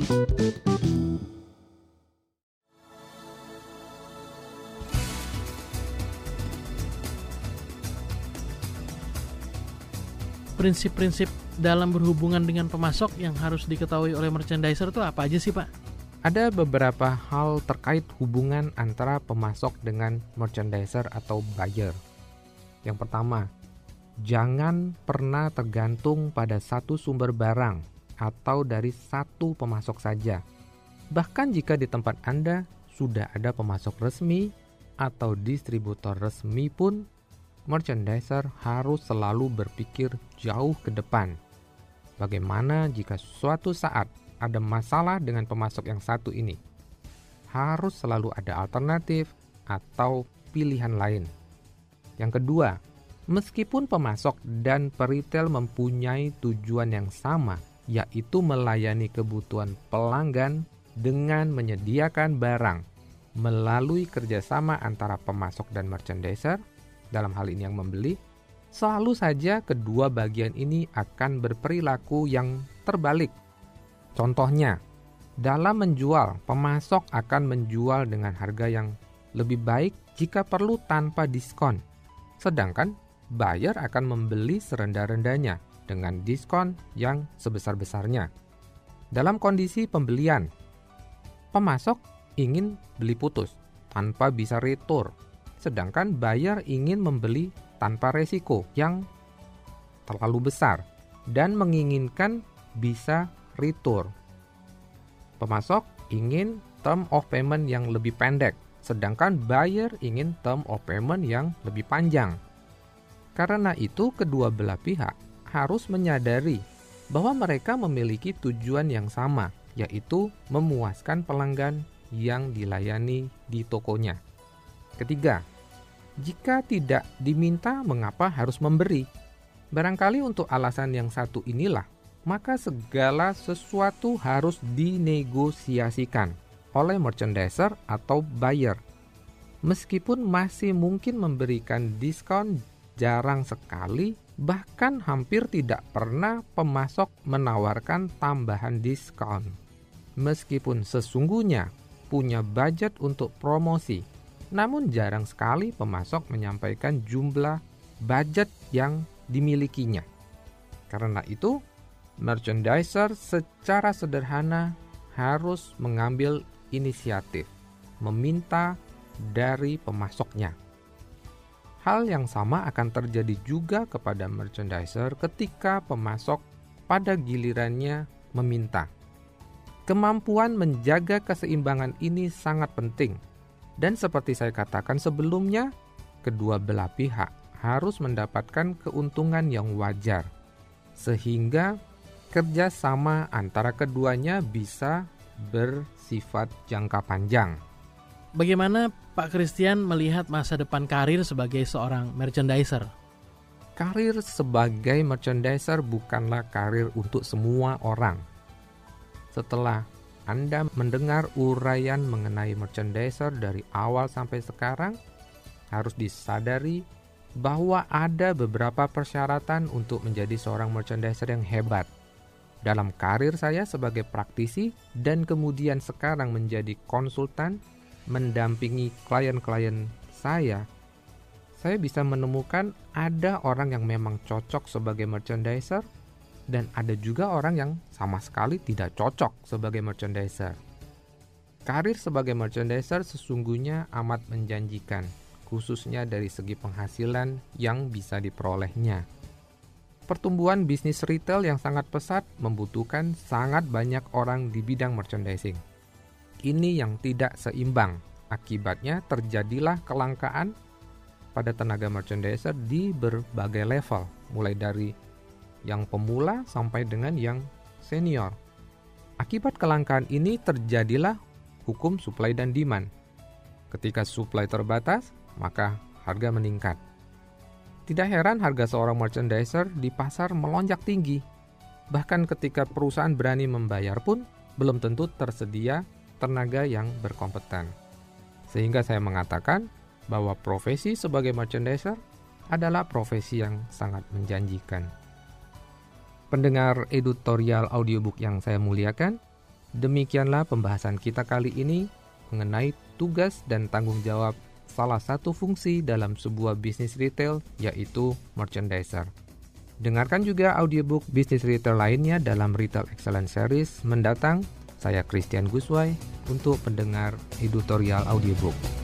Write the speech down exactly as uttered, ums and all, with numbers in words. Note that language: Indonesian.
Prinsip-prinsip dalam berhubungan dengan pemasok yang harus diketahui oleh merchandiser itu apa aja sih, Pak? Ada beberapa hal terkait hubungan antara pemasok dengan merchandiser atau buyer. Yang pertama, jangan pernah tergantung pada satu sumber barang atau dari satu pemasok saja. Bahkan jika di tempat Anda sudah ada pemasok resmi atau distributor resmi pun, merchandiser harus selalu berpikir jauh ke depan. Bagaimana jika suatu saat ada masalah dengan pemasok yang satu ini? Harus selalu ada alternatif atau pilihan lain. Yang kedua, meskipun pemasok dan peritel mempunyai tujuan yang sama, yaitu melayani kebutuhan pelanggan dengan menyediakan barang melalui kerjasama antara pemasok dan merchandiser, dalam hal ini yang membeli, selalu saja kedua bagian ini akan berperilaku yang terbalik. Contohnya, dalam menjual, pemasok akan menjual dengan harga yang lebih baik jika perlu tanpa diskon. Sedangkan buyer akan membeli serendah-rendahnya dengan diskon yang sebesar-besarnya. Dalam kondisi pembelian, pemasok ingin beli putus tanpa bisa retur, sedangkan buyer ingin membeli tanpa resiko yang terlalu besar dan menginginkan bisa retur. Pemasok ingin term of payment yang lebih pendek, sedangkan buyer ingin term of payment yang lebih panjang. Karena itu, kedua belah pihak harus menyadari bahwa mereka memiliki tujuan yang sama, yaitu memuaskan pelanggan yang dilayani di tokonya. Ketiga, jika tidak diminta, mengapa harus memberi? Barangkali untuk alasan yang satu inilah, maka segala sesuatu harus dinegosiasikan oleh merchandiser atau buyer. Meskipun masih mungkin memberikan diskon, jarang sekali, bahkan hampir tidak pernah pemasok menawarkan tambahan diskon. Meskipun sesungguhnya punya budget untuk promosi, namun jarang sekali pemasok menyampaikan jumlah budget yang dimilikinya. Karena itu, merchandiser secara sederhana harus mengambil inisiatif, meminta dari pemasoknya. Hal yang sama akan terjadi juga kepada merchandiser ketika pemasok pada gilirannya meminta. Kemampuan menjaga keseimbangan ini sangat penting. Dan seperti saya katakan sebelumnya, kedua belah pihak harus mendapatkan keuntungan yang wajar, sehingga kerjasama antara keduanya bisa bersifat jangka panjang. Bagaimana Pak Christian melihat masa depan karir sebagai seorang merchandiser? Karir sebagai merchandiser bukanlah karir untuk semua orang. Setelah Anda mendengar uraian mengenai merchandiser dari awal sampai sekarang, harus disadari bahwa ada beberapa persyaratan untuk menjadi seorang merchandiser yang hebat. Dalam karir saya sebagai praktisi dan kemudian sekarang menjadi konsultan, mendampingi klien-klien saya, saya bisa menemukan ada orang yang memang cocok sebagai merchandiser dan ada juga orang yang sama sekali tidak cocok sebagai merchandiser. Karir sebagai merchandiser sesungguhnya amat menjanjikan, khususnya dari segi penghasilan yang bisa diperolehnya. Pertumbuhan bisnis retail yang sangat pesat membutuhkan sangat banyak orang di bidang merchandising. Ini yang tidak seimbang. Akibatnya terjadilah kelangkaan pada tenaga merchandiser di berbagai level, mulai dari yang pemula sampai dengan yang senior. Akibat kelangkaan ini terjadilah hukum supply dan demand. Ketika supply terbatas, maka harga meningkat. Tidak heran harga seorang merchandiser di pasar melonjak tinggi. Bahkan ketika perusahaan berani membayar pun, belum tentu tersedia tenaga yang berkompeten. Sehingga saya mengatakan bahwa profesi sebagai merchandiser adalah profesi yang sangat menjanjikan. Pendengar editorial audiobook yang saya muliakan, Demikianlah pembahasan kita kali ini mengenai tugas dan tanggung jawab salah satu fungsi dalam sebuah bisnis retail, yaitu merchandiser. Dengarkan juga audiobook bisnis retail lainnya dalam Retail Excellence Series mendatang. Saya Christian Guswai untuk pendengar editorial audiobook.